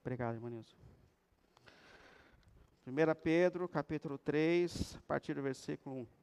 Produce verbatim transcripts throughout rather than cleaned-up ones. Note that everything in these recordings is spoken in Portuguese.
Obrigado, irmã Nilson. primeira Pedro, capítulo três, a partir do versículo um.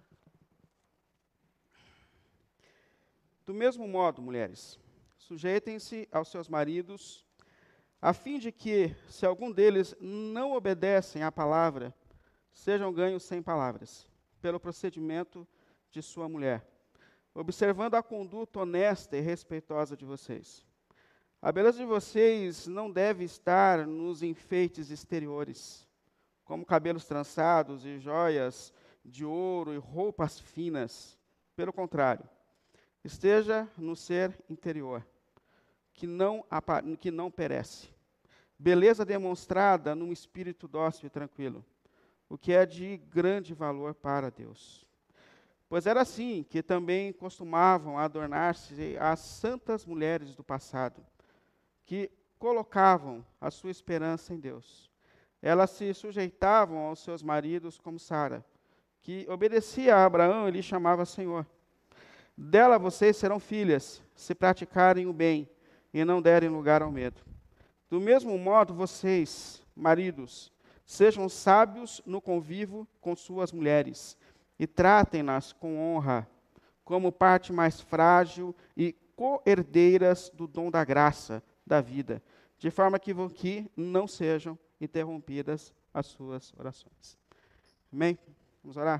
Do mesmo modo, mulheres, sujeitem-se aos seus maridos, a fim de que, se algum deles não obedecem à palavra, sejam ganhos sem palavras, pelo procedimento de sua mulher, observando a conduta honesta e respeitosa de vocês. A beleza de vocês não deve estar nos enfeites exteriores, como cabelos trançados e joias de ouro e roupas finas. Pelo contrário, esteja no ser interior, que não, que não perece. Beleza demonstrada num espírito dócil e tranquilo, o que é de grande valor para Deus. Pois era assim que também costumavam adornar-se as santas mulheres do passado, que colocavam a sua esperança em Deus. Elas se sujeitavam aos seus maridos como Sara, que obedecia a Abraão e lhe chamava Senhor. Dela vocês serão filhas, se praticarem o bem e não derem lugar ao medo. Do mesmo modo, vocês, maridos, sejam sábios no convívio com suas mulheres e tratem-nas com honra, como parte mais frágil e co-herdeiras do dom da graça da vida, de forma que, que não sejam interrompidas as suas orações. Amém? Vamos orar?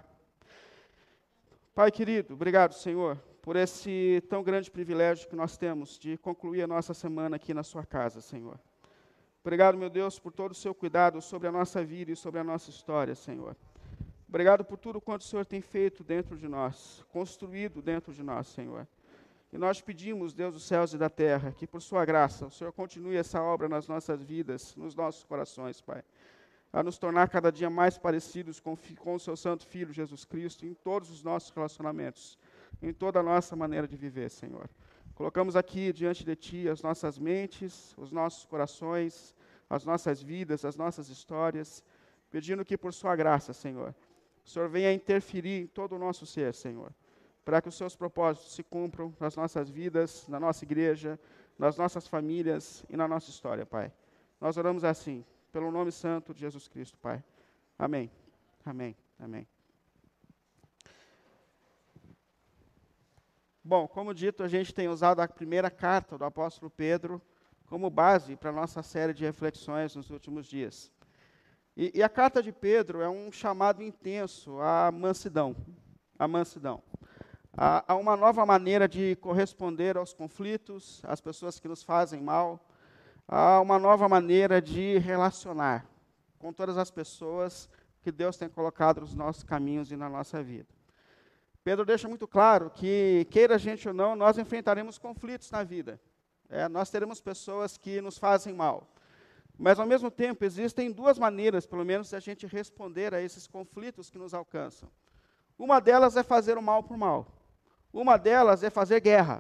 Pai querido, obrigado, Senhor, por esse tão grande privilégio que nós temos de concluir a nossa semana aqui na sua casa, Senhor. Obrigado, meu Deus, por todo o seu cuidado sobre a nossa vida e sobre a nossa história, Senhor. Obrigado por tudo quanto o Senhor tem feito dentro de nós, construído dentro de nós, Senhor. E nós pedimos, Deus dos céus e da terra, que por sua graça o Senhor continue essa obra nas nossas vidas, nos nossos corações, Pai, a nos tornar cada dia mais parecidos com, com o seu santo Filho, Jesus Cristo, em todos os nossos relacionamentos, em toda a nossa maneira de viver, Senhor. Colocamos aqui diante de Ti as nossas mentes, os nossos corações, as nossas vidas, as nossas histórias, pedindo que por sua graça, Senhor, o Senhor venha interferir em todo o nosso ser, Senhor, para que os seus propósitos se cumpram nas nossas vidas, na nossa igreja, nas nossas famílias e na nossa história, Pai. Nós oramos assim, pelo nome santo de Jesus Cristo, Pai. Amém. Amém. Amém. Bom, como dito, a gente tem usado a primeira carta do apóstolo Pedro como base para a nossa série de reflexões nos últimos dias. E, e a carta de Pedro é um chamado intenso à mansidão, à mansidão. Há uma nova maneira de corresponder aos conflitos, às pessoas que nos fazem mal. Há uma nova maneira de relacionar com todas as pessoas que Deus tem colocado nos nossos caminhos e na nossa vida. Pedro deixa muito claro que, queira a gente ou não, nós enfrentaremos conflitos na vida. É, nós teremos pessoas que nos fazem mal. Mas, ao mesmo tempo, existem duas maneiras, pelo menos, de a gente responder a esses conflitos que nos alcançam. Uma delas é fazer o mal por mal. Uma delas é fazer guerra.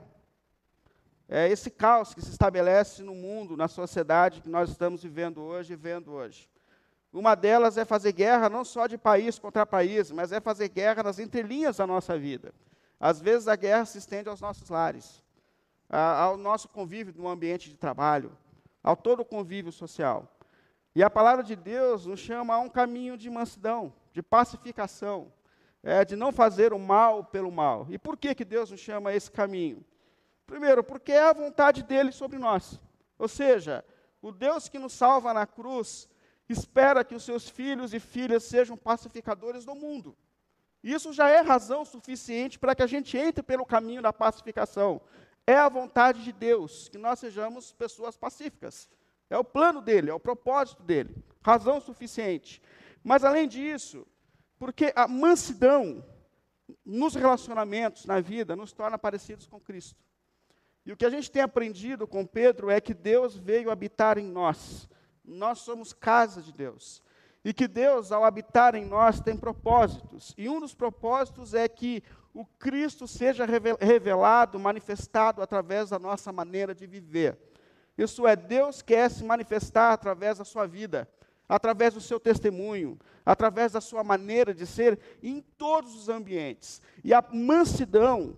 É esse caos que se estabelece no mundo, na sociedade que nós estamos vivendo hoje e vendo hoje. Uma delas é fazer guerra não só de país contra país, mas é fazer guerra nas entrelinhas da nossa vida. Às vezes a guerra se estende aos nossos lares, ao nosso convívio no ambiente de trabalho, ao todo o convívio social. E a palavra de Deus nos chama a um caminho de mansidão, de pacificação, É, de não fazer o mal pelo mal. E por que, que Deus nos chama a esse caminho? Primeiro, porque é a vontade dele sobre nós. Ou seja, o Deus que nos salva na cruz espera que os seus filhos e filhas sejam pacificadores do mundo. Isso já é razão suficiente para que a gente entre pelo caminho da pacificação. É a vontade de Deus que nós sejamos pessoas pacíficas. É o plano dele, é o propósito dele. Razão suficiente. Mas, além disso, porque a mansidão nos relacionamentos, na vida, nos torna parecidos com Cristo. E o que a gente tem aprendido com Pedro é que Deus veio habitar em nós. Nós somos casa de Deus. E que Deus, ao habitar em nós, tem propósitos. E um dos propósitos é que o Cristo seja revelado, manifestado através da nossa maneira de viver. Isso é, Deus quer se manifestar através da sua vida, através do seu testemunho, através da sua maneira de ser em todos os ambientes. E a mansidão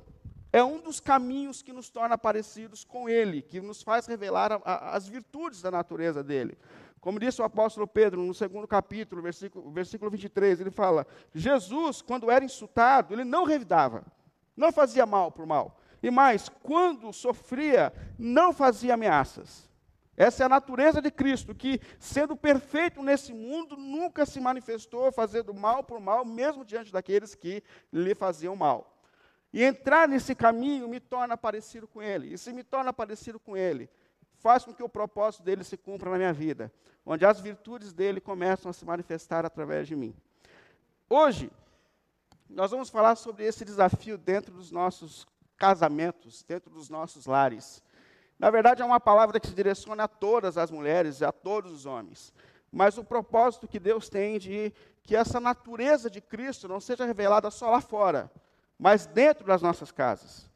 é um dos caminhos que nos torna parecidos com Ele, que nos faz revelar a, a, as virtudes da natureza dEle. Como disse o apóstolo Pedro, no segundo capítulo, versículo, versículo vinte e três, ele fala, Jesus, quando era insultado, ele não revidava, não fazia mal por mal. E mais, quando sofria, não fazia ameaças. Essa é a natureza de Cristo, que, sendo perfeito nesse mundo, nunca se manifestou fazendo mal por mal, mesmo diante daqueles que lhe faziam mal. E entrar nesse caminho me torna parecido com Ele. E se me torna parecido com Ele, faz com que o propósito dele se cumpra na minha vida, onde as virtudes dele começam a se manifestar através de mim. Hoje, nós vamos falar sobre esse desafio dentro dos nossos casamentos, dentro dos nossos lares. Na verdade, é uma palavra que se direciona a todas as mulheres e a todos os homens. Mas o propósito que Deus tem de que essa natureza de Cristo não seja revelada só lá fora, mas dentro das nossas casas.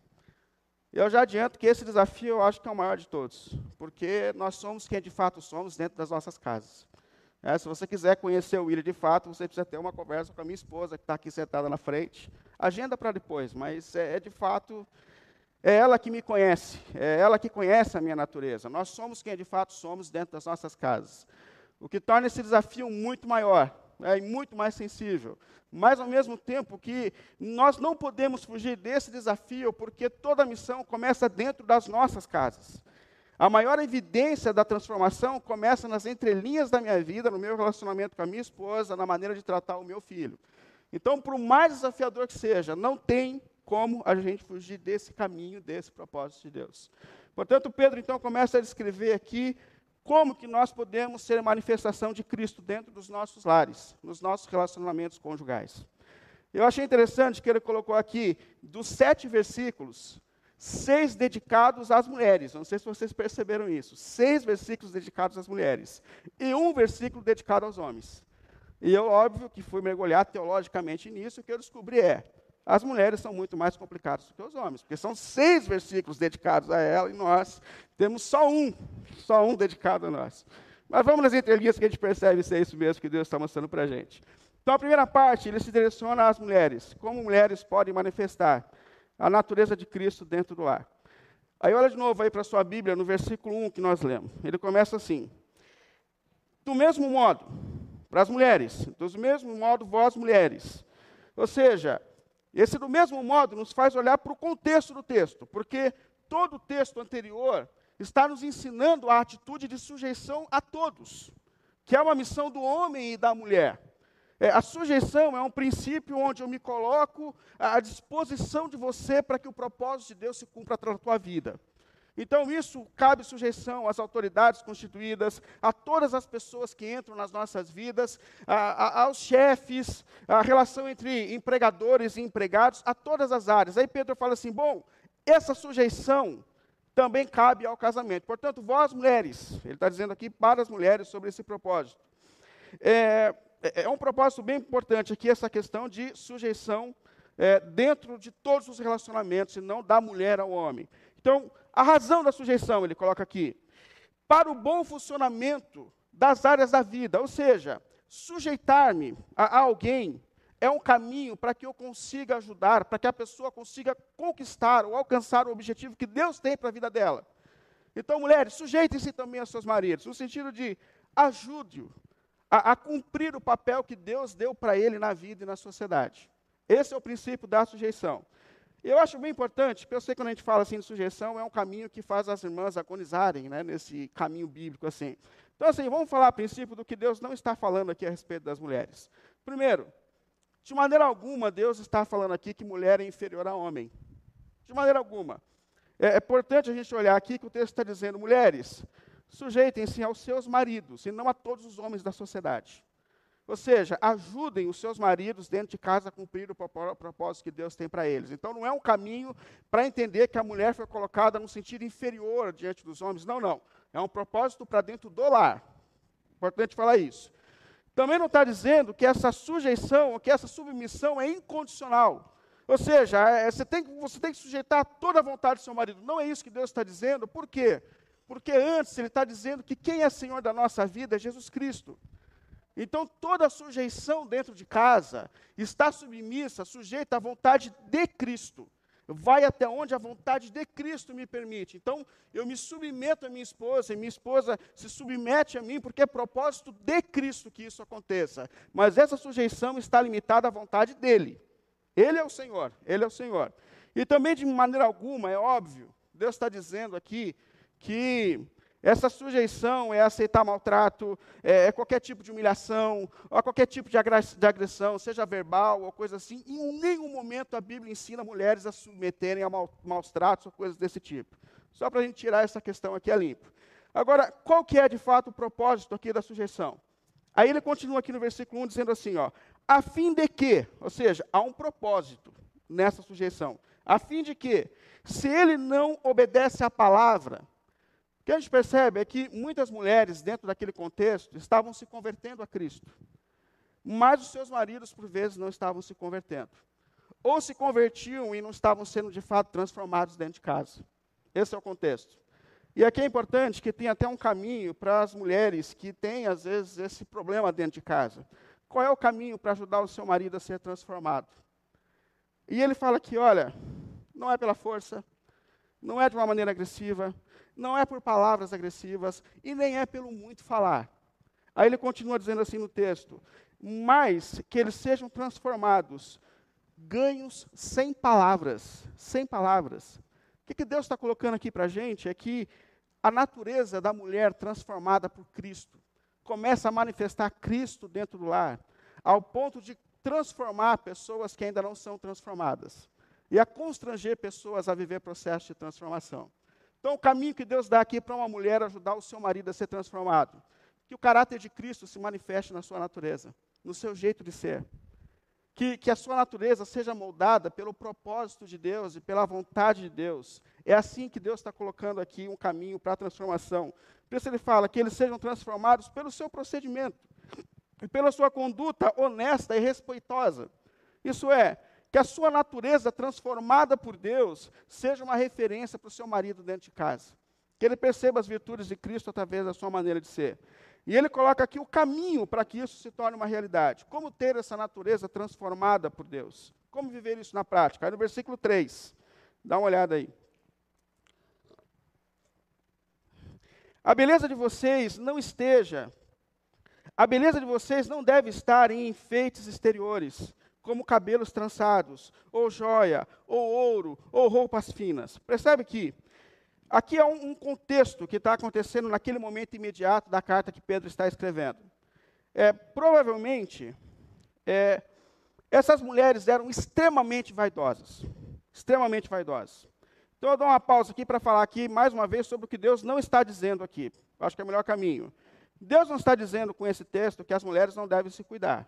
Eu já adianto que esse desafio eu acho que é o maior de todos, porque nós somos quem de fato somos dentro das nossas casas. É, se você quiser conhecer o William de fato, você precisa ter uma conversa com a minha esposa, que está aqui sentada na frente. Agenda para depois, mas é, é de fato, é ela que me conhece, é ela que conhece a minha natureza. Nós somos quem de fato somos dentro das nossas casas. O que torna esse desafio muito maior, é, e muito mais sensível. Mas, ao mesmo tempo, que nós não podemos fugir desse desafio, porque toda a missão começa dentro das nossas casas. A maior evidência da transformação começa nas entrelinhas da minha vida, no meu relacionamento com a minha esposa, na maneira de tratar o meu filho. Então, por mais desafiador que seja, não tem como a gente fugir desse caminho, desse propósito de Deus. Portanto, Pedro, então, começa a descrever aqui como que nós podemos ser manifestação de Cristo dentro dos nossos lares, nos nossos relacionamentos conjugais. Eu achei interessante que ele colocou aqui, dos sete versículos, seis dedicados às mulheres. Não sei se vocês perceberam isso. Seis versículos dedicados às mulheres. E um versículo dedicado aos homens. E eu, óbvio, que fui mergulhar teologicamente nisso, o que eu descobri é, as mulheres são muito mais complicadas do que os homens, porque são seis versículos dedicados a ela, e nós temos só um, só um dedicado a nós. Mas vamos nas entrelinhas que a gente percebe se é isso mesmo que Deus está mostrando para a gente. Então, a primeira parte, ele se direciona às mulheres, como mulheres podem manifestar a natureza de Cristo dentro do lar. Aí olha de novo aí para a sua Bíblia, no versículo um que nós lemos. Ele começa assim, do mesmo modo, para as mulheres, do mesmo modo vós mulheres. Ou seja, esse do mesmo modo nos faz olhar para o contexto do texto, porque todo o texto anterior está nos ensinando a atitude de sujeição a todos, que é uma missão do homem e da mulher. É, a sujeição é um princípio onde eu me coloco à disposição de você para que o propósito de Deus se cumpra na tua vida. Então, isso cabe sujeição às autoridades constituídas, a todas as pessoas que entram nas nossas vidas, a, a, aos chefes, a relação entre empregadores e empregados, a todas as áreas. Aí Pedro fala assim, bom, essa sujeição também cabe ao casamento. Portanto, vós mulheres, ele está dizendo aqui para as mulheres sobre esse propósito. É, é um propósito bem importante aqui, essa questão de sujeição é, dentro de todos os relacionamentos, e não da mulher ao homem. Então, a razão da sujeição, ele coloca aqui, para o bom funcionamento das áreas da vida, ou seja, sujeitar-me a, a alguém é um caminho para que eu consiga ajudar, para que a pessoa consiga conquistar ou alcançar o objetivo que Deus tem para a vida dela. Então, mulheres, sujeitem-se também aos seus maridos, no sentido de ajude-o a, a cumprir o papel que Deus deu para ele na vida e na sociedade. Esse é o princípio da sujeição. Eu acho bem importante, porque eu sei que quando a gente fala assim de sujeição, é um caminho que faz as irmãs agonizarem, né, nesse caminho bíblico assim. Então, assim, vamos falar a princípio do que Deus não está falando aqui a respeito das mulheres. Primeiro, de maneira alguma, Deus está falando aqui que mulher é inferior a homem. De maneira alguma. É, é importante a gente olhar aqui que o texto está dizendo, mulheres, sujeitem-se aos seus maridos, e não a todos os homens da sociedade. Ou seja, ajudem os seus maridos dentro de casa a cumprir o propósito que Deus tem para eles. Então, não é um caminho para entender que a mulher foi colocada no sentido inferior diante dos homens. Não, não. É um propósito para dentro do lar. Importante falar isso. Também não está dizendo que essa sujeição, que essa submissão é incondicional. Ou seja, é, você, tem, você tem que sujeitar toda a vontade do seu marido. Não é isso que Deus está dizendo. Por quê? Porque antes ele está dizendo que quem é Senhor da nossa vida é Jesus Cristo. Então, toda a sujeição dentro de casa está submissa, sujeita à vontade de Cristo. vai até onde a vontade de Cristo me permite. Então, eu me submeto à minha esposa, e minha esposa se submete a mim, porque é propósito de Cristo que isso aconteça. Mas essa sujeição está limitada à vontade dele. Ele é o Senhor, ele é o Senhor. E também, de maneira alguma, é óbvio, Deus está dizendo aqui que essa sujeição é aceitar maltrato, é, é qualquer tipo de humilhação, ou qualquer tipo de agressão, seja verbal ou coisa assim. Em nenhum momento a Bíblia ensina mulheres a submeterem a mal, maus tratos ou coisas desse tipo. Só para a gente tirar essa questão aqui a limpo. Agora, qual que é de fato o propósito aqui da sujeição? Aí ele continua aqui no versículo um dizendo assim, ó, a fim de que, ou seja, há um propósito nessa sujeição, a fim de que, se ele não obedece à palavra, o que a gente percebe é que muitas mulheres, dentro daquele contexto, estavam se convertendo a Cristo. Mas os seus maridos, por vezes, não estavam se convertendo. Ou se convertiam e não estavam sendo, de fato, transformados dentro de casa. Esse é o contexto. E aqui é importante que tenha até um caminho para as mulheres que têm, às vezes, esse problema dentro de casa. Qual é o caminho para ajudar o seu marido a ser transformado? E ele fala que, olha, não é pela força, não é de uma maneira agressiva, não é por palavras agressivas e nem é pelo muito falar. Aí ele continua dizendo assim no texto, mas que eles sejam transformados, ganhos sem palavras, sem palavras. O que, que Deus está colocando aqui para a gente é que a natureza da mulher transformada por Cristo começa a manifestar Cristo dentro do lar, ao ponto de transformar pessoas que ainda não são transformadas e a constranger pessoas a viver processo de transformação. Então, o caminho que Deus dá aqui para uma mulher ajudar o seu marido a ser transformado, que o caráter de Cristo se manifeste na sua natureza, no seu jeito de ser. Que, que a sua natureza seja moldada pelo propósito de Deus e pela vontade de Deus. É assim que Deus está colocando aqui um caminho para a transformação. Por isso ele fala que eles sejam transformados pelo seu procedimento e pela sua conduta honesta e respeitosa. Isso é, que a sua natureza transformada por Deus seja uma referência para o seu marido dentro de casa. Que ele perceba as virtudes de Cristo através da sua maneira de ser. E ele coloca aqui o caminho para que isso se torne uma realidade. Como ter essa natureza transformada por Deus? Como viver isso na prática? Aí no versículo três, dá uma olhada aí. A beleza de vocês não esteja, a beleza de vocês não deve estar em enfeites exteriores, como cabelos trançados, ou joia, ou ouro, ou roupas finas. Percebe que aqui é um, um contexto que está acontecendo naquele momento imediato da carta que Pedro está escrevendo. É, provavelmente, é, essas mulheres eram extremamente vaidosas. Extremamente vaidosas. Então, eu dou uma pausa aqui para falar aqui, mais uma vez, sobre o que Deus não está dizendo aqui. Eu acho que é o melhor caminho. Deus não está dizendo com esse texto que as mulheres não devem se cuidar.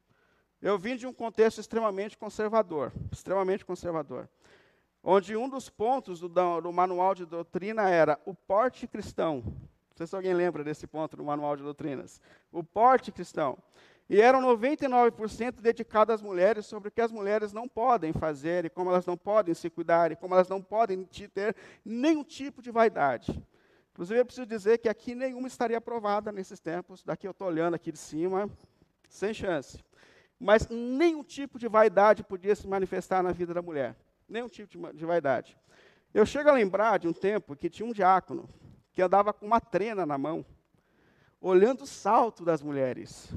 Eu vim de um contexto extremamente conservador, extremamente conservador, onde um dos pontos do, do manual de doutrina era o porte cristão. Não sei se alguém lembra desse ponto no manual de doutrinas. O porte cristão. E eram noventa e nove por cento dedicado às mulheres sobre o que as mulheres não podem fazer, e como elas não podem se cuidar, e como elas não podem ter nenhum tipo de vaidade. Inclusive, eu preciso dizer que aqui nenhuma estaria aprovada nesses tempos. Daqui eu estou olhando aqui de cima, sem chance. Mas nenhum tipo de vaidade podia se manifestar na vida da mulher. Nenhum tipo de, de vaidade. Eu chego a lembrar de um tempo que tinha um diácono que andava com uma trena na mão, olhando o salto das mulheres.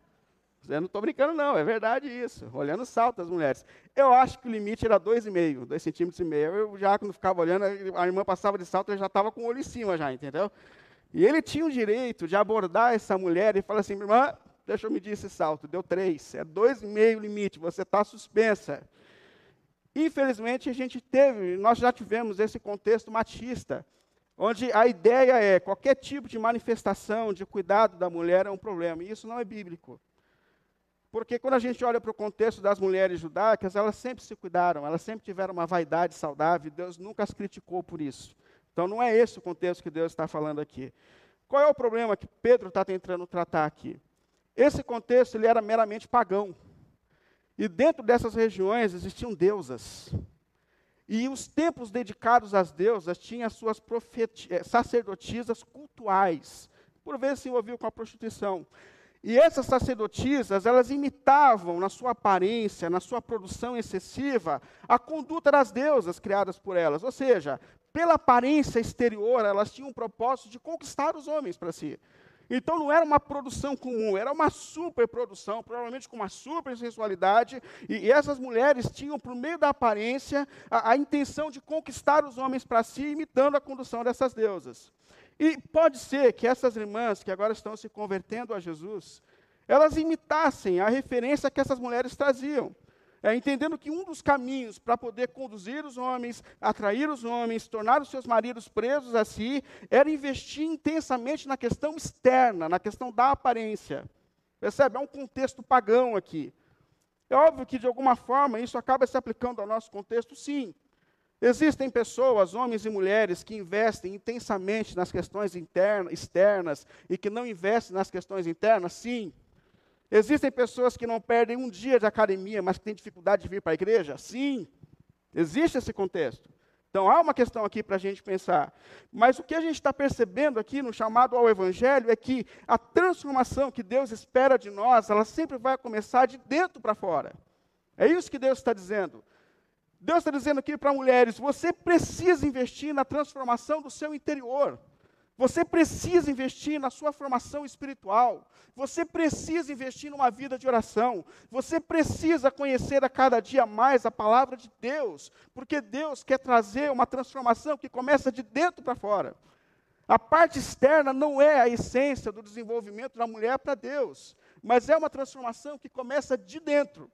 Eu não estou brincando, não, é verdade isso. Olhando o salto das mulheres. Eu acho que o limite era dois e meio, dois centímetros e meio. Eu, o diácono ficava olhando, a irmã passava de salto, ele já estava com o olho em cima, já, entendeu? E ele tinha o direito de abordar essa mulher e falar assim, irmã, deixa eu medir esse salto, deu três, é dois e meio o limite, você está suspensa. Infelizmente, a gente teve, nós já tivemos esse contexto machista, onde a ideia é, qualquer tipo de manifestação de cuidado da mulher é um problema, e isso não é bíblico. Porque quando a gente olha para o contexto das mulheres judaicas, elas sempre se cuidaram, elas sempre tiveram uma vaidade saudável, Deus nunca as criticou por isso. Então, não é esse o contexto que Deus está falando aqui. Qual é o problema que Pedro está tentando tratar aqui? Esse contexto ele era meramente pagão. E dentro dessas regiões existiam deusas. E os templos dedicados às deusas tinham as suas profeti- sacerdotisas cultuais. Por vezes se envolviam com a prostituição. E essas sacerdotisas, elas imitavam na sua aparência, na sua produção excessiva, a conduta das deusas criadas por elas. Ou seja, pela aparência exterior, elas tinham o propósito de conquistar os homens para si. Então não era uma produção comum, era uma superprodução, provavelmente com uma super sensualidade, e, e essas mulheres tinham, por meio da aparência, a, a intenção de conquistar os homens para si, imitando a condução dessas deusas. E pode ser que essas irmãs, que agora estão se convertendo a Jesus, elas imitassem a referência que essas mulheres traziam. É, entendendo que um dos caminhos para poder conduzir os homens, atrair os homens, tornar os seus maridos presos a si, era investir intensamente na questão externa, na questão da aparência. Percebe? É um contexto pagão aqui. É óbvio que, de alguma forma, isso acaba se aplicando ao nosso contexto, sim. Existem pessoas, homens e mulheres, que investem intensamente nas questões internas, externas e que não investem nas questões internas, sim. Existem pessoas que não perdem um dia de academia, mas que têm dificuldade de vir para a igreja? Sim, existe esse contexto. Então, há uma questão aqui para a gente pensar. Mas o que a gente está percebendo aqui no chamado ao Evangelho é que a transformação que Deus espera de nós, ela sempre vai começar de dentro para fora. É isso que Deus está dizendo. Deus está dizendo aqui para mulheres, você precisa investir na transformação do seu interior. Você precisa investir na sua formação espiritual. Você precisa investir numa vida de oração. Você precisa conhecer a cada dia mais a palavra de Deus, porque Deus quer trazer uma transformação que começa de dentro para fora. A parte externa não é a essência do desenvolvimento da mulher para Deus, mas é uma transformação que começa de dentro.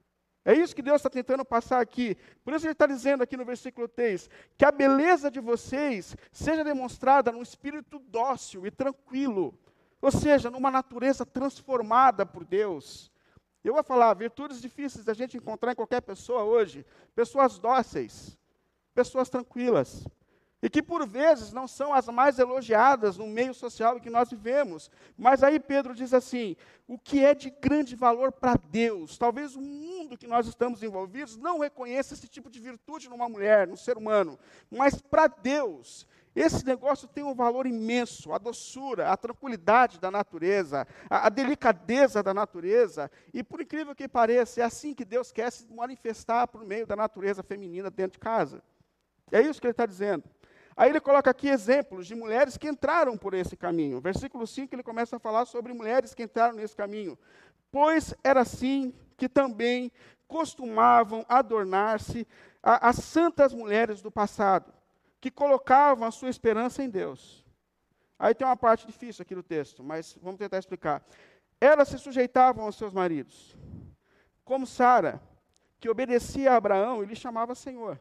É isso que Deus está tentando passar aqui. Por isso ele está dizendo aqui no versículo três, que a beleza de vocês seja demonstrada num espírito dócil e tranquilo, ou seja, numa natureza transformada por Deus. Eu vou falar, virtudes difíceis da gente encontrar em qualquer pessoa hoje, pessoas dóceis, pessoas tranquilas, e que por vezes não são as mais elogiadas no meio social em que nós vivemos. Mas aí Pedro diz assim, o que é de grande valor para Deus, talvez o mundo que nós estamos envolvidos não reconheça esse tipo de virtude numa mulher, num ser humano, mas para Deus, esse negócio tem um valor imenso, a doçura, a tranquilidade da natureza, a, a delicadeza da natureza, e por incrível que pareça, é assim que Deus quer se manifestar por meio da natureza feminina dentro de casa. É isso que ele está dizendo. Aí ele coloca aqui exemplos de mulheres que entraram por esse caminho. Versículo cinco, ele começa a falar sobre mulheres que entraram nesse caminho. Pois era assim que também costumavam adornar-se a, as santas mulheres do passado, que colocavam a sua esperança em Deus. Aí tem uma parte difícil aqui do texto, mas vamos tentar explicar. Elas se sujeitavam aos seus maridos, como Sara, que obedecia a Abraão e lhe chamava Senhor.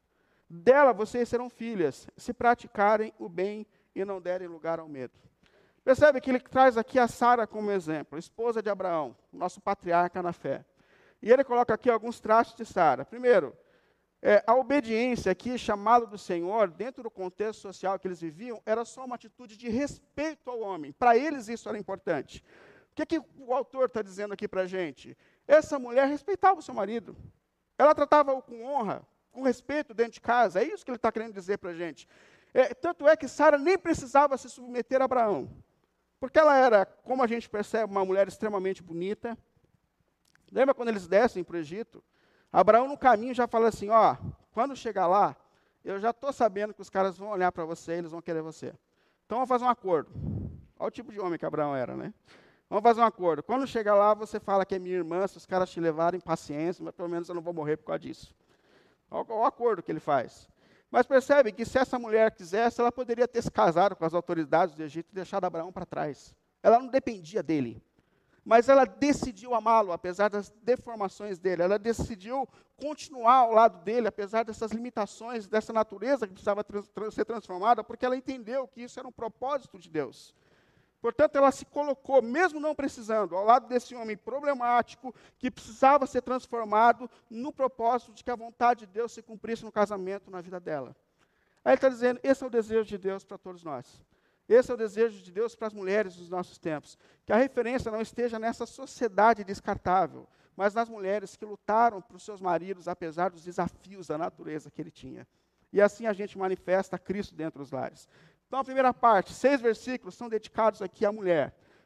Dela vocês serão filhas, se praticarem o bem e não derem lugar ao medo. Percebe que ele traz aqui a Sara como exemplo, esposa de Abraão, nosso patriarca na fé. E ele coloca aqui alguns traços de Sara. Primeiro, é, a obediência aqui, chamado do Senhor, dentro do contexto social que eles viviam, era só uma atitude de respeito ao homem. Para eles isso era importante. O que, que o autor está dizendo aqui para a gente? Essa mulher respeitava o seu marido. Ela tratava-o com honra, com respeito dentro de casa. É isso que ele está querendo dizer para a gente. É, tanto é que Sara nem precisava se submeter a Abraão. Porque ela era, como a gente percebe, uma mulher extremamente bonita. Lembra quando eles descem para o Egito? Abraão no caminho já fala assim, ó, quando chegar lá, eu já estou sabendo que os caras vão olhar para você e eles vão querer você. Então vamos fazer um acordo. Olha o tipo de homem que Abraão era, né? Vamos fazer um acordo. Quando chegar lá, você fala que é minha irmã, se os caras te levarem, paciência, mas pelo menos eu não vou morrer por causa disso. Olha o acordo que ele faz. Mas percebe que se essa mulher quisesse, ela poderia ter se casado com as autoridades do Egito e deixado Abraão para trás. Ela não dependia dele. Mas ela decidiu amá-lo, apesar das deformações dele. Ela decidiu continuar ao lado dele, apesar dessas limitações, dessa natureza que precisava trans ser transformada, porque ela entendeu que isso era um propósito de Deus. Portanto, ela se colocou, mesmo não precisando, ao lado desse homem problemático, que precisava ser transformado no propósito de que a vontade de Deus se cumprisse no casamento, na vida dela. Aí ele está dizendo, esse é o desejo de Deus para todos nós. Esse é o desejo de Deus para as mulheres dos nossos tempos. Que a referência não esteja nessa sociedade descartável, mas nas mulheres que lutaram para os seus maridos, apesar dos desafios da natureza que ele tinha. E assim a gente manifesta Cristo dentro dos lares. Então, a primeira parte, seis versículos, são dedicados aqui à mulher.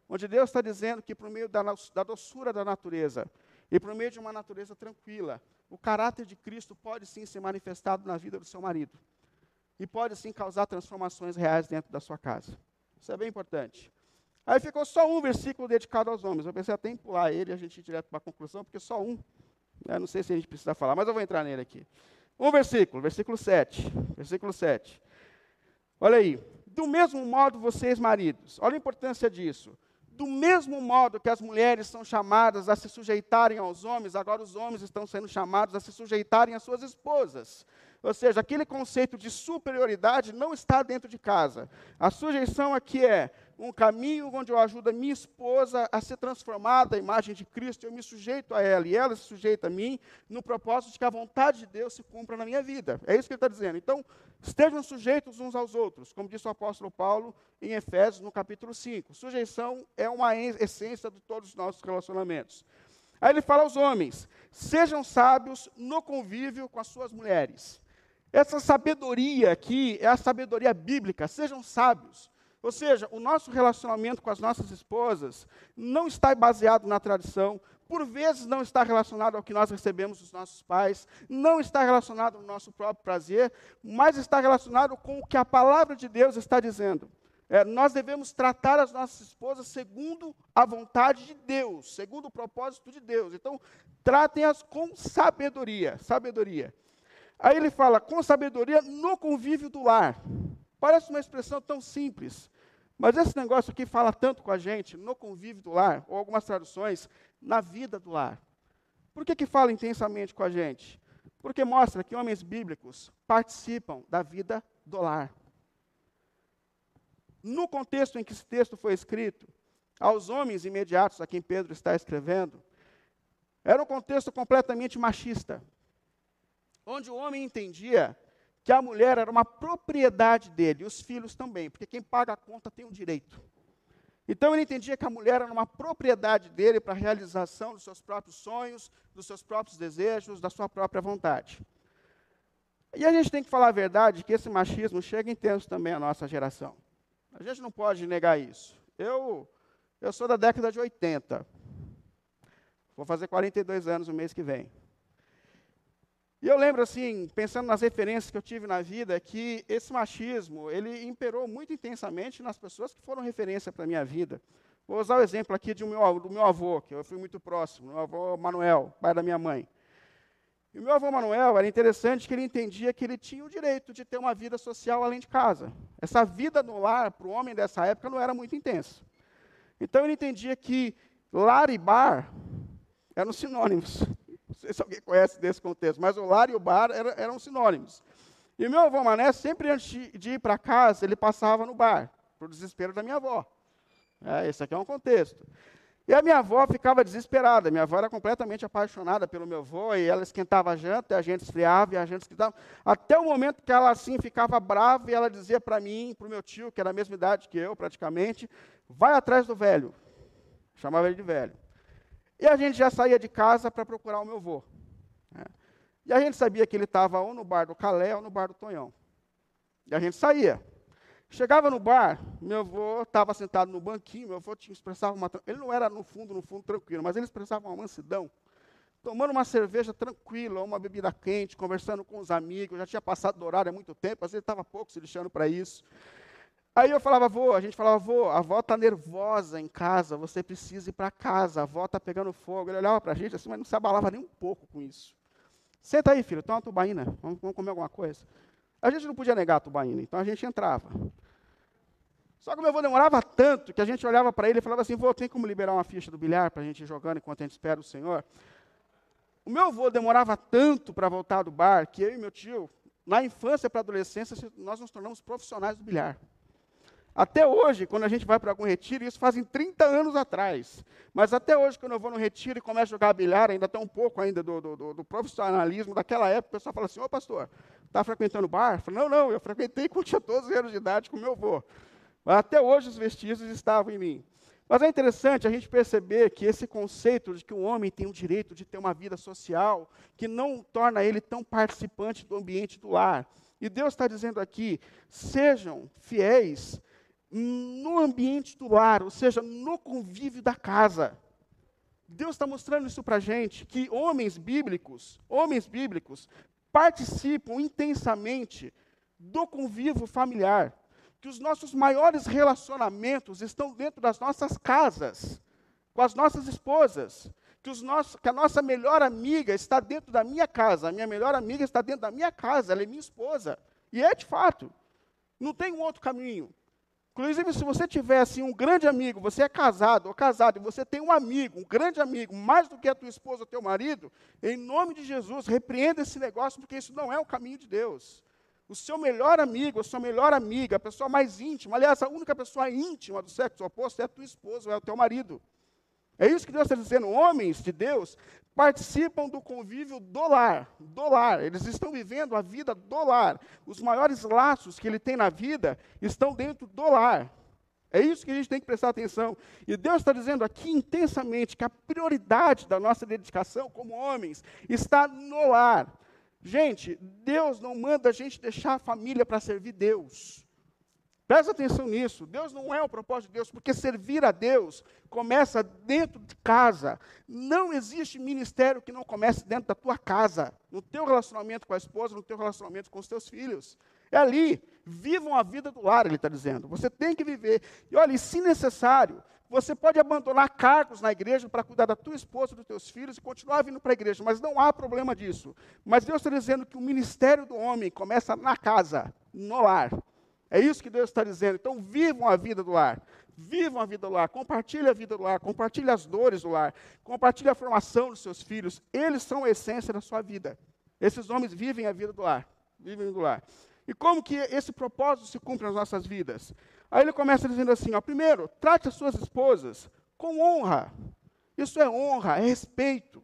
onde Deus está dizendo que por meio da, da doçura da natureza e por meio de uma natureza tranquila, o caráter de Cristo pode sim ser manifestado na vida do seu marido. E pode sim causar transformações reais dentro da sua casa. Isso é bem importante. Aí ficou só um versículo dedicado aos homens. Eu pensei até em pular ele e a gente ir direto para a conclusão, porque só um. Eu não sei se a gente precisa falar, mas eu vou entrar nele aqui. Um versículo, versículo sete. Versículo sete. Olha aí. Do mesmo modo, vocês, maridos, olha a importância disso. Do mesmo modo que as mulheres são chamadas a se sujeitarem aos homens, agora os homens estão sendo chamados a se sujeitarem às suas esposas. Ou seja, aquele conceito de superioridade não está dentro de casa. A sujeição aqui é um caminho onde eu ajudo a minha esposa a ser transformada à imagem de Cristo, eu me sujeito a ela e ela se sujeita a mim, no propósito de que a vontade de Deus se cumpra na minha vida. É isso que ele está dizendo. Então, estejam sujeitos uns aos outros, como disse o apóstolo Paulo em Efésios, no capítulo cinco. Sujeição é uma essência de todos os nossos relacionamentos. Aí ele fala aos homens, sejam sábios no convívio com as suas mulheres. Essa sabedoria aqui é a sabedoria bíblica, sejam sábios. Ou seja, o nosso relacionamento com as nossas esposas não está baseado na tradição, por vezes não está relacionado ao que nós recebemos dos nossos pais, não está relacionado ao nosso próprio prazer, mas está relacionado com o que a palavra de Deus está dizendo. É, nós devemos tratar as nossas esposas segundo a vontade de Deus, segundo o propósito de Deus. Então, tratem-as com sabedoria, sabedoria. Aí ele fala, com sabedoria no convívio do lar. Parece uma expressão tão simples, mas esse negócio aqui fala tanto com a gente, no convívio do lar, ou algumas traduções, na vida do lar. Por que que fala intensamente com a gente? Porque mostra que homens bíblicos participam da vida do lar. No contexto em que esse texto foi escrito, aos homens imediatos a quem Pedro está escrevendo, era um contexto completamente machista, onde o homem entendia que a mulher era uma propriedade dele, e os filhos também, porque quem paga a conta tem o direito. Então ele entendia que a mulher era uma propriedade dele para a realização dos seus próprios sonhos, dos seus próprios desejos, da sua própria vontade. E a gente tem que falar a verdade, que esse machismo chega intenso também à nossa geração. A gente não pode negar isso. Eu, eu sou da década de oitenta. Vou fazer quarenta e dois anos no mês que vem. E eu lembro, assim, pensando nas referências que eu tive na vida, que esse machismo, ele imperou muito intensamente nas pessoas que foram referência para a minha vida. Vou usar o exemplo aqui de um meu, do meu avô, que eu fui muito próximo, meu avô Manuel, pai da minha mãe. E o meu avô Manuel, era interessante que ele entendia que ele tinha o direito de ter uma vida social além de casa. Essa vida no lar, para o homem dessa época, não era muito intensa. Então ele entendia que lar e bar eram sinônimos. Não sei se alguém conhece desse contexto, mas o lar e o bar eram, eram sinônimos. E o meu avô Mané, sempre antes de ir para casa, ele passava no bar, para o desespero da minha avó. É, esse aqui é um contexto. E a minha avó ficava desesperada. Minha avó era completamente apaixonada pelo meu avô, e ela esquentava a janta, e a gente esfriava, e a gente esquentava. Até o momento que ela, assim, ficava brava, e ela dizia para mim, para o meu tio, que era da mesma idade que eu, praticamente, vai atrás do velho. Chamava ele de velho. E a gente já saía de casa para procurar o meu avô. Né? E a gente sabia que ele estava ou no bar do Calé ou no bar do Tonhão. E a gente saía. Chegava no bar, meu avô estava sentado no banquinho, meu avô tinha, expressava uma... Ele não era no fundo, no fundo, tranquilo, mas ele expressava uma mansidão, tomando uma cerveja tranquila, uma bebida quente, conversando com os amigos, já tinha passado do horário há muito tempo, às vezes estava pouco se lixando para isso. Aí eu falava, avô, a gente falava, avô, a avó está nervosa em casa, você precisa ir para casa, a avó está pegando fogo. Ele olhava para a gente assim, mas não se abalava nem um pouco com isso. Senta aí, filho, toma uma tubaína, vamos, vamos comer alguma coisa. A gente não podia negar a tubaína, então a gente entrava. Só que o meu avô demorava tanto que a gente olhava para ele e falava assim, vô, tem como liberar uma ficha do bilhar para a gente ir jogando enquanto a gente espera o senhor? O meu avô demorava tanto para voltar do bar que eu e meu tio, na infância para a adolescência, nós nos tornamos profissionais do bilhar. Até hoje, quando a gente vai para algum retiro, isso fazem trinta anos atrás, mas até hoje, quando eu vou no retiro e começo a jogar bilhar, ainda tem um pouco ainda do, do, do profissionalismo daquela época, o pessoal fala assim, ô pastor, está frequentando bar? Eu falo, não, não, eu frequentei quando tinha doze anos de idade com meu avô. Mas até hoje os vestígios estavam em mim. Mas é interessante a gente perceber que esse conceito de que o homem tem o direito de ter uma vida social, que não torna ele tão participante do ambiente do lar. E Deus está dizendo aqui, sejam fiéis no ambiente do lar, ou seja, no convívio da casa. Deus está mostrando isso para a gente, que homens bíblicos, homens bíblicos, participam intensamente do convívio familiar, que os nossos maiores relacionamentos estão dentro das nossas casas, com as nossas esposas, que, os nossos, que a nossa melhor amiga está dentro da minha casa, a minha melhor amiga está dentro da minha casa, ela é minha esposa, e é de fato, não tem um outro caminho. Inclusive, se você tiver assim, um grande amigo, você é casado ou casado, e você tem um amigo, um grande amigo, mais do que a tua esposa ou teu marido, em nome de Jesus, repreenda esse negócio, porque isso não é o caminho de Deus. O seu melhor amigo, a sua melhor amiga, a pessoa mais íntima, aliás, a única pessoa íntima do sexo oposto é a tua esposa ou é o teu marido. É isso que Deus está dizendo. Homens de Deus participam do convívio do lar, do lar. Eles estão vivendo a vida do lar. Os maiores laços que ele tem na vida estão dentro do lar. É isso que a gente tem que prestar atenção. E Deus está dizendo aqui intensamente que a prioridade da nossa dedicação como homens está no lar. Gente, Deus não manda a gente deixar a família para servir Deus. Presta atenção nisso. Deus não é o propósito de Deus, porque servir a Deus começa dentro de casa. Não existe ministério que não comece dentro da tua casa, no teu relacionamento com a esposa, no teu relacionamento com os teus filhos. É ali. Vivam a vida do lar, ele está dizendo. Você tem que viver. E olha, e se necessário, você pode abandonar cargos na igreja para cuidar da tua esposa, dos teus filhos e continuar vindo para a igreja, mas não há problema disso. Mas Deus está dizendo que o ministério do homem começa na casa, no lar. É isso que Deus está dizendo. Então, vivam a vida do lar. Vivam a vida do lar. Compartilhem a vida do lar. Compartilhem as dores do lar. Compartilhem a formação dos seus filhos. Eles são a essência da sua vida. Esses homens vivem a vida do lar. Vivem do lar. E como que esse propósito se cumpre nas nossas vidas? Aí ele começa dizendo assim, ó, primeiro, trate as suas esposas com honra. Isso é honra, é respeito.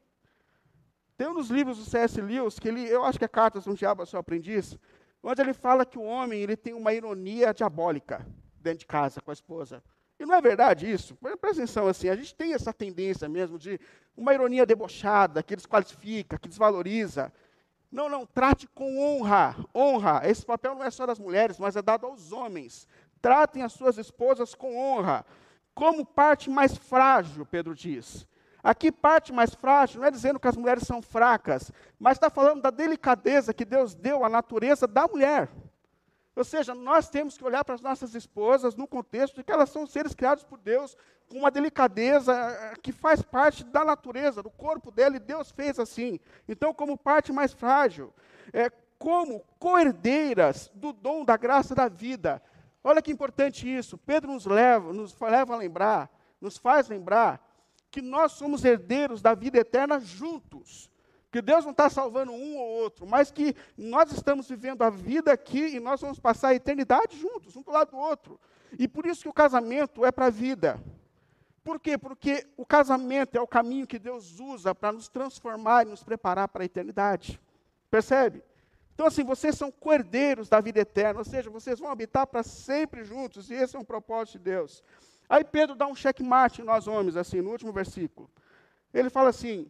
Tem um dos livros do C S Lewis, que ele, eu acho que é Cartas de um Diabo ao Seu Aprendiz, onde ele fala que o homem ele tem uma ironia diabólica dentro de casa com a esposa. E não é verdade isso? Presta atenção, assim, a gente tem essa tendência mesmo de uma ironia debochada, que desqualifica, que desvaloriza. Não, não, trate com honra, honra. Esse papel não é só das mulheres, mas é dado aos homens. Tratem as suas esposas com honra, como parte mais frágil, Pedro diz. Aqui, parte mais frágil, não é dizendo que as mulheres são fracas, mas está falando da delicadeza que Deus deu à natureza da mulher. Ou seja, nós temos que olhar para as nossas esposas no contexto de que elas são seres criados por Deus com uma delicadeza que faz parte da natureza, do corpo dela, e Deus fez assim. Então, como parte mais frágil, é, como co-herdeiras do dom da graça da vida. Olha que importante isso. Pedro nos leva, nos leva a lembrar, nos faz lembrar que nós somos herdeiros da vida eterna juntos. Que Deus não está salvando um ou outro, mas que nós estamos vivendo a vida aqui e nós vamos passar a eternidade juntos, um do lado do outro. E por isso que o casamento é para a vida. Por quê? Porque o casamento é o caminho que Deus usa para nos transformar e nos preparar para a eternidade. Percebe? Então, assim, vocês são co-herdeiros da vida eterna, ou seja, vocês vão habitar para sempre juntos, e esse é um propósito de Deus. Aí Pedro dá um checkmate em nós homens, assim, no último versículo. Ele fala assim,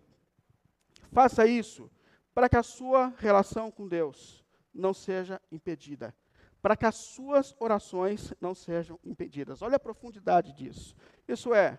faça isso para que a sua relação com Deus não seja impedida, para que as suas orações não sejam impedidas. Olha a profundidade disso. Isso é,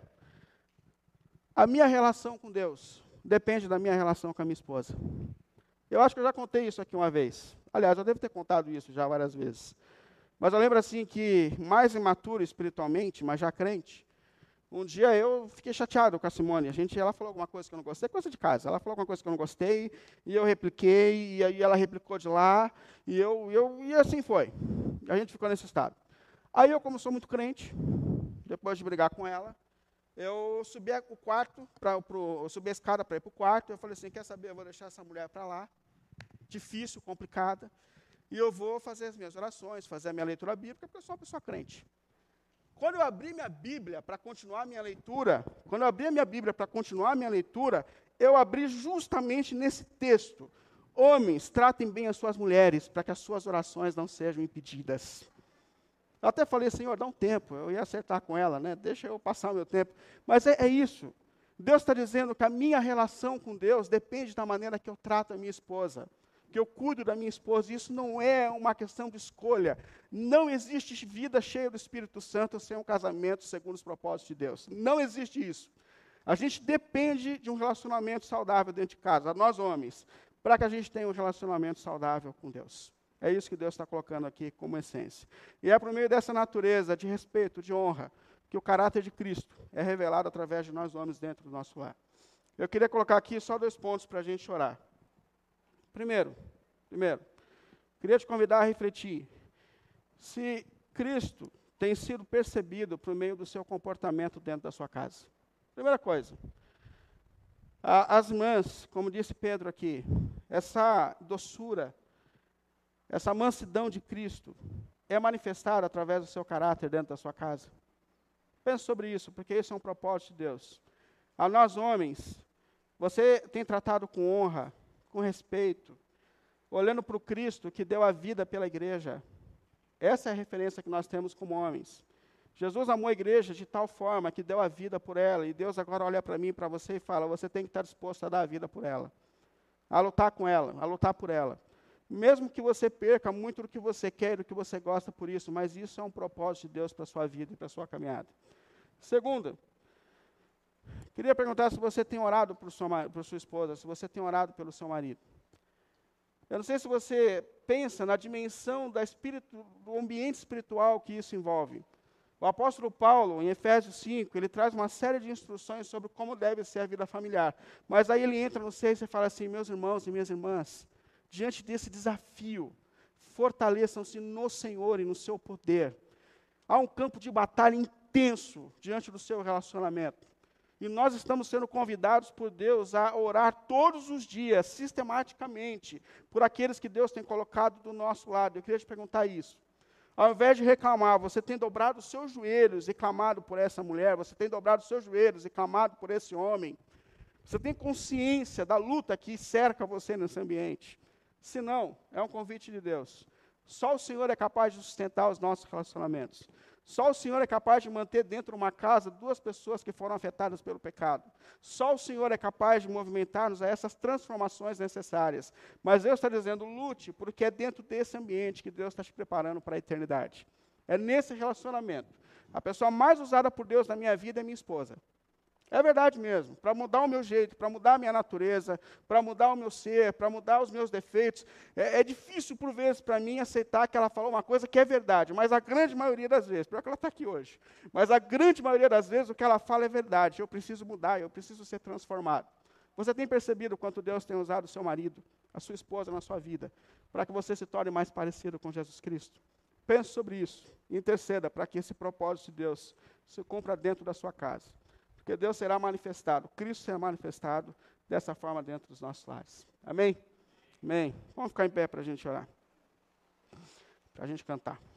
a minha relação com Deus depende da minha relação com a minha esposa. Eu acho que eu já contei isso aqui uma vez. Aliás, eu devo ter contado isso já várias vezes. Mas eu lembro assim que, mais imaturo espiritualmente, mas já crente, um dia eu fiquei chateado com a Simone. A gente, ela falou alguma coisa que eu não gostei, coisa de casa. Ela falou alguma coisa que eu não gostei, e eu repliquei, e aí ela replicou de lá, e, eu, eu, e assim foi. A gente ficou nesse estado. Aí eu, como sou muito crente, depois de brigar com ela, eu subi o quarto, pra, pro, eu subi a escada para ir para o quarto, eu falei assim, quer saber, eu vou deixar essa mulher para lá, difícil, complicada, e eu vou fazer as minhas orações, fazer a minha leitura bíblica, porque eu sou uma pessoa crente. Quando eu abri minha Bíblia para continuar a minha leitura, quando eu abri a minha Bíblia para continuar a minha leitura, eu abri justamente nesse texto. Homens, tratem bem as suas mulheres, para que as suas orações não sejam impedidas. Eu até falei, Senhor, dá um tempo, eu ia acertar com ela, né? Deixa eu passar o meu tempo. Mas é, é isso. Deus está dizendo que a minha relação com Deus depende da maneira que eu trato a minha esposa. porque eu cuido da minha esposa. Isso não é uma questão de escolha. Não existe vida cheia do Espírito Santo sem um casamento segundo os propósitos de Deus. Não existe isso. A gente depende de um relacionamento saudável dentro de casa, nós homens, para que a gente tenha um relacionamento saudável com Deus. É isso que Deus está colocando aqui como essência. E é por meio dessa natureza de respeito, de honra, que o caráter de Cristo é revelado através de nós homens dentro do nosso lar. Eu queria colocar aqui só dois pontos para a gente orar. Primeiro, primeiro, queria te convidar a refletir se Cristo tem sido percebido por meio do seu comportamento dentro da sua casa. Primeira coisa, a, as irmãs, como disse Pedro aqui, essa doçura, essa mansidão de Cristo é manifestada através do seu caráter dentro da sua casa. Pense sobre isso, porque esse é um propósito de Deus. A nós homens, você tem tratado com honra, com respeito, olhando para o Cristo que deu a vida pela igreja. Essa é a referência que nós temos como homens. Jesus amou a igreja de tal forma que deu a vida por ela, e Deus agora olha para mim e para você e fala, você tem que estar disposto a dar a vida por ela, a lutar com ela, a lutar por ela. Mesmo que você perca muito do que você quer e do que você gosta por isso, mas isso é um propósito de Deus para a sua vida e para a sua caminhada. Segunda, queria perguntar se você tem orado por sua, por sua esposa, se você tem orado pelo seu marido. Eu não sei se você pensa na dimensão da espírito, do ambiente espiritual que isso envolve. O apóstolo Paulo, em Efésios cinco, ele traz uma série de instruções sobre como deve ser a vida familiar. Mas aí ele entra no seis e fala assim, meus irmãos e minhas irmãs, diante desse desafio, fortaleçam-se no Senhor e no seu poder. Há um campo de batalha intenso diante do seu relacionamento. E nós estamos sendo convidados por Deus a orar todos os dias, sistematicamente, por aqueles que Deus tem colocado do nosso lado. Eu queria te perguntar isso. Ao invés de reclamar, você tem dobrado os seus joelhos e clamado por essa mulher, você tem dobrado os seus joelhos e clamado por esse homem. Você tem consciência da luta que cerca você nesse ambiente. Se não, é um convite de Deus. Só o Senhor é capaz de sustentar os nossos relacionamentos. Só o Senhor é capaz de manter dentro de uma casa duas pessoas que foram afetadas pelo pecado. Só o Senhor é capaz de movimentar-nos a essas transformações necessárias. Mas Deus está dizendo, lute, porque é dentro desse ambiente que Deus está te preparando para a eternidade. É nesse relacionamento. A pessoa mais usada por Deus na minha vida é minha esposa. É verdade mesmo, para mudar o meu jeito, para mudar a minha natureza, para mudar o meu ser, para mudar os meus defeitos. É, é difícil, por vezes, para mim, aceitar que ela falou uma coisa que é verdade, mas a grande maioria das vezes, pior que ela está aqui hoje, mas a grande maioria das vezes o que ela fala é verdade, eu preciso mudar, eu preciso ser transformado. Você tem percebido quanto Deus tem usado o seu marido, a sua esposa na sua vida, para que você se torne mais parecido com Jesus Cristo? Pense sobre isso e interceda para que esse propósito de Deus se cumpra dentro da sua casa. Porque Deus será manifestado, Cristo será manifestado dessa forma dentro dos nossos lares. Amém? Amém. Vamos ficar em pé para a gente orar. Para a gente cantar.